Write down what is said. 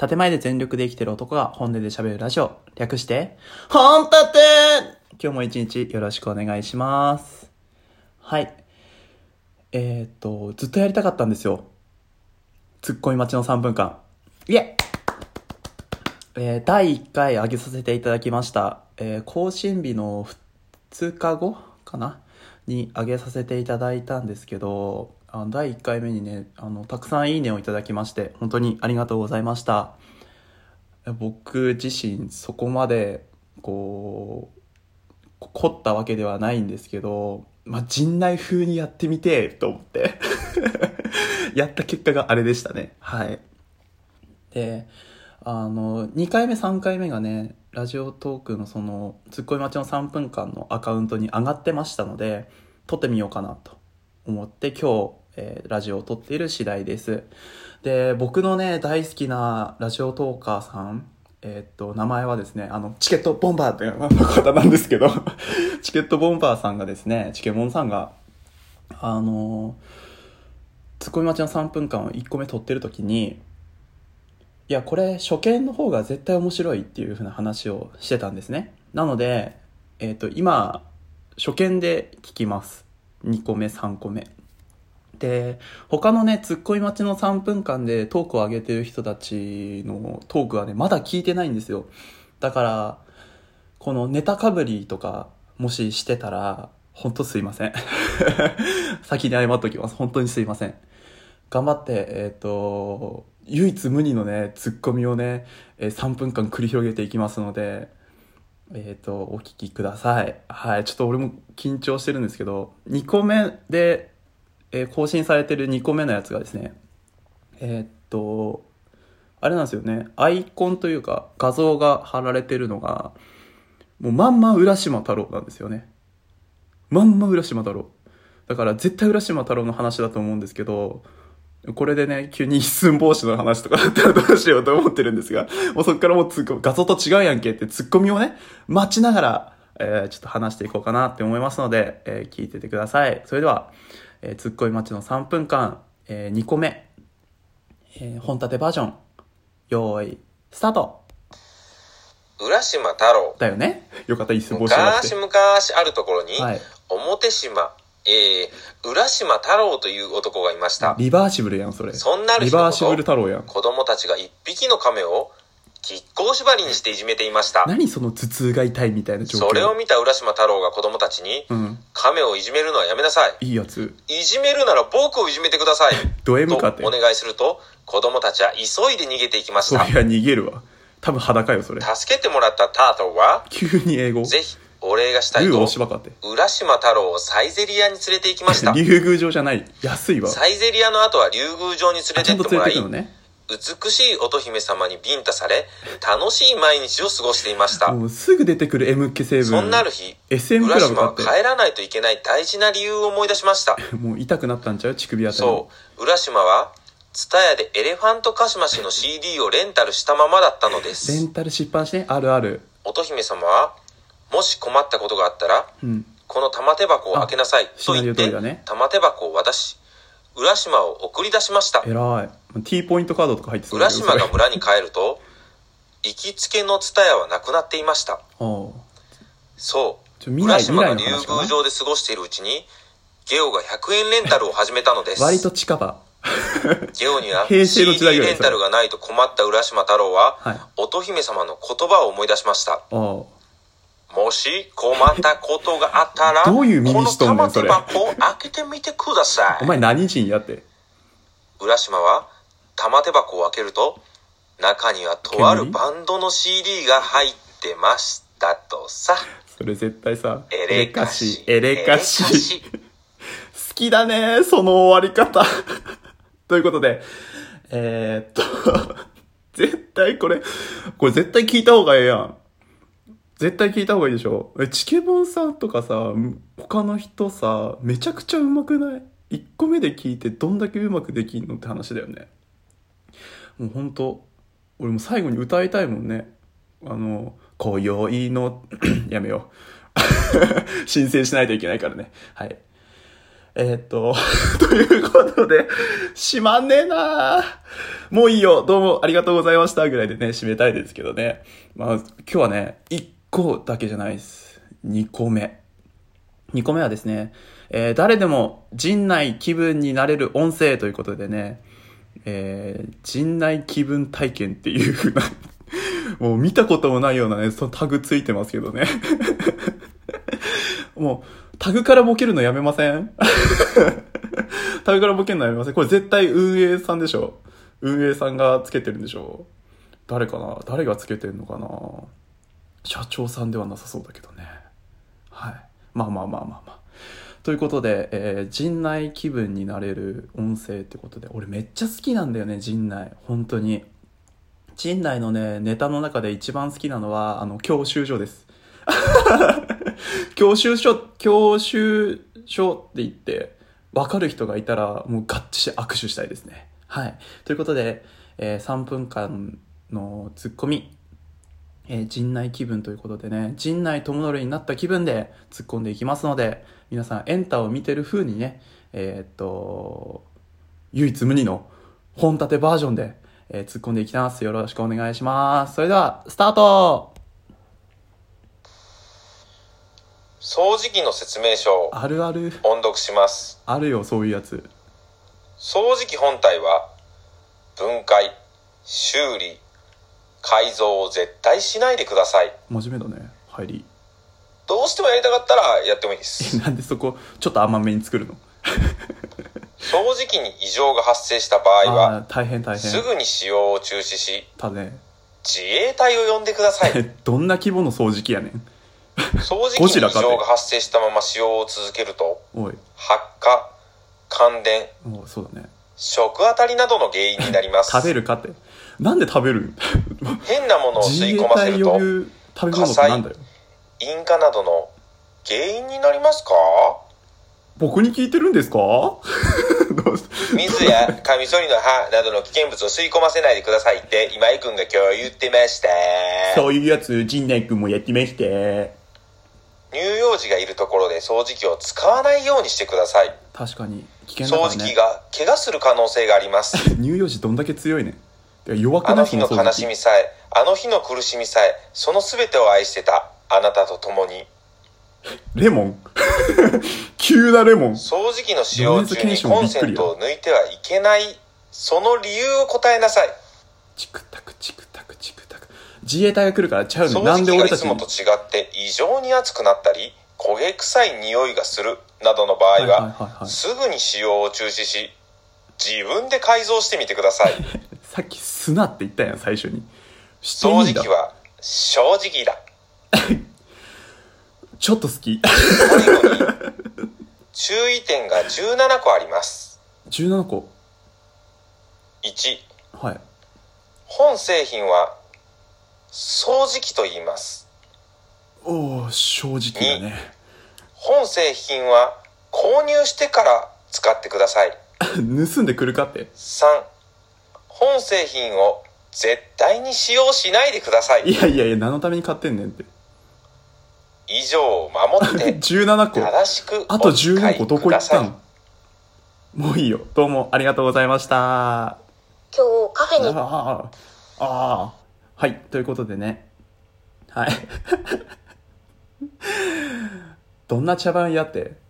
建前で全力で生きてる男が本音で喋るラジオ。略して、本立て。今日も一日よろしくお願いします。はい。ずっとやりたかったんですよ。ツッコミ待ちの3分間。イエイ、第1回上げさせていただきました。更新日の2日後かなに上げさせていただいたんですけど、第1回目にね、たくさんいいねをいただきまして、本当にありがとうございました。僕自身そこまで凝ったわけではないんですけど、陣内風にやってみてと思ってやった結果があれでしたね。はい。で、2回目3回目がね、ラジオトークのそのツッコミ待ちの3分間のアカウントに上がってましたので、撮ってみようかなと思って今日、ラジオを撮っている次第です。で、僕のね大好きなラジオトーカーさん、名前はですね、チケットボンバーという方なんですけどチケットボンバーさんがですね、チケモンさんがツッコミ待ちの3分間を1個目撮ってる時に、いやこれ初見の方が絶対面白いっていう風な話をしてたんですね。なので、今初見で聞きます。2個目3個目で、他のねツッコミ待ちの3分間でトークを上げてる人たちのトークはねまだ聞いてないんですよ。だからこのネタかぶりとかもししてたら本当すいません先に謝っときます。本当にすいません。頑張って唯一無二のねツッコミをね3分間繰り広げていきますので、お聞きください。はい、ちょっと俺も緊張してるんですけど、2個目で、更新されてる2個目のやつがですね、あれなんですよね、アイコンというか画像が貼られてるのがもうまんま浦島太郎なんですよね。まんま浦島太郎だから絶対浦島太郎の話だと思うんですけど、これでね急に一寸法師の話とかだったらどうしようと思ってるんですが、もうそっからもう画像と違うやんけってツッコミをね待ちながら、ちょっと話していこうかなって思いますので、聞いててください。それでは、ツッコミ待ちの3分間、2個目、本立てバージョン、用意スタート。 浦島太郎だよね。よかった、一寸法師じゃなくて。 昔あるところに、 はい、 表島浦島太郎という男がいました。 リバーシブルやんそれ。 そんなるリバーシブル太郎やん。 子供たちが一匹の亀を亀甲縛りにしていじめていました。 何その頭痛が痛いみたいな状況。 それを見た浦島太郎が子供たちに、亀をいじめるのはやめなさい、 いいやつ、 いじめるなら僕をいじめてくださいド M かってとお願いすると、子供たちは急いで逃げていきました。 そりゃ逃げるわ。多分裸よそれ。 助けてもらったタートルは急に英語、 ぜひお礼がしたいと浦島太郎をサイゼリヤに連れて行きました竜宮城じゃない、安いわ。 サイゼリヤの後は竜宮城に連れてってもらい、美しい乙姫様にビンタされ楽しい毎日を過ごしていました。 もうすぐ出てくる M 系成分。 そんなある日、 SM ク浦ラブかって島は帰らないといけない大事な理由を思い出しましたもう痛くなったんちゃう、乳首あたり。 そう浦島はツタヤでエレファントカシマシの CD をレンタルしたままだったのです。 レンタルしっぱなしね、あるある。 乙姫様はもし困ったことがあったら、この玉手箱を開けなさいと言って、玉手箱を渡し浦島を送り出しました。 えらい。 T ポイントカードとか入ってそうだけど、浦島が村に帰ると行きつけのツタヤはなくなっていました。そう浦島が竜宮城で過ごしているうちにゲオが100円レンタルを始めたのです割と近場ゲオには CD レンタルがないと困った浦島太郎は、乙姫様の言葉を思い出しました。もし困ったことがあったらどういう耳しとんねんそれ。 この玉手箱を開けてみてください。 お前何人やって。 浦島は玉手箱を開けると中にはとあるバンドの CD が入ってましたとさ。 それ絶対さ、 エレカシ好きだねその終わり方ということで絶対これ絶対聞いた方がええやん。絶対聞いた方がいいでしょ。チケボンさんとかさ、他の人さ、めちゃくちゃうまくない？ 1 個目で聞いてどんだけうまくできんのって話だよね。もうほんと俺も最後に歌いたいもんね。今宵のやめよう申請しないといけないからね。はい。 ということで、しまんねえなもういいよ、どうもありがとうございましたぐらいでね、締めたいですけどね。まあ、今日はね、1個だけじゃないです。2個目。2個目はですね、誰でも陣内気分になれる音声ということでね、陣内気分体験っていう風な、もう見たこともないようなね、そのタグついてますけどね。もう、タグからボケるのやめません？タグからボケるのやめません？これ絶対運営さんでしょ？運営さんがつけてるんでしょ？誰かな？誰がつけてるのかな？社長さんではなさそうだけどね。はい。まあ。ということで、陣内気分になれる音声ってことで、俺めっちゃ好きなんだよね、陣内。本当に。陣内のね、ネタの中で一番好きなのは、教習所です。教習所って言って、わかる人がいたら、もうガッチリ握手したいですね。はい。ということで、3分間のツッコミ、陣内気分ということでね、陣内智則になった気分で突っ込んでいきますので、皆さんエンタを見てる風にね、唯一無二の本立てバージョンで、突っ込んでいきます。よろしくお願いします。それではスタート。 掃除機の説明書をあるある音読します。 あるよ、そういうやつ。 掃除機本体は分解、修理、改造を絶対しないでください。 真面目だね、入り。 どうしてもやりたかったらやってもいいです。 なんでそこちょっと甘めに作るの？ 掃除機に異常が発生した場合は大変すぐに使用を中止し、 ね、 自衛隊を呼んでください。 どんな規模の掃除機やねん。 掃除機に異常が発生したまま使用を続けると発火、感電、 そうだね、 食当たりなどの原因になります。 食べるかって、なんで食べる？ 変なものを吸い込ませると火災、引火などの原因になりますか？ 僕に聞いてるんですか？ 水やカミソリの刃などの危険物を吸い込ませないでくださいって今井くんが今日言ってました。 そういうやつ陣内くんもやってました。 乳幼児がいるところで掃除機を使わないようにしてください。 確かに危険だからね。 掃除機が怪我する可能性があります。 乳幼児どんだけ強いねん。弱くない？ あの日の悲しみさえ、あの日の苦しみさえ、その全てを愛してたあなたと共に。 レモン急なレモン。 掃除機の使用中にコンセントを抜いてはいけない、その理由を答えなさい。 チクタクチクタクチクタク。自衛隊が来るからちゃうの。 掃除機がいつもと違って異常に熱くなったり焦げ臭い匂いがするなどの場合は、すぐに使用を中止し自分で改造してみてください。 さっき砂って言ったやん、最初に。 掃除機は正直だ。 ちょっと好き。 最後に注意点が17個あります。 17個。 1、 はい。 本製品は掃除機と言います。 おお、正直だね。 2、本製品は購入してから使ってください。 盗んでくるかって。 3、本製品を絶対に使用しないでください。 いやいやいや、何のために買ってんねんって。 以上を守って 17個。 正しくあと14個どこ行ったん？もういいよ。どうもありがとうございました。 今日カフェに。 はい。ということでね。はい。どんな茶番やって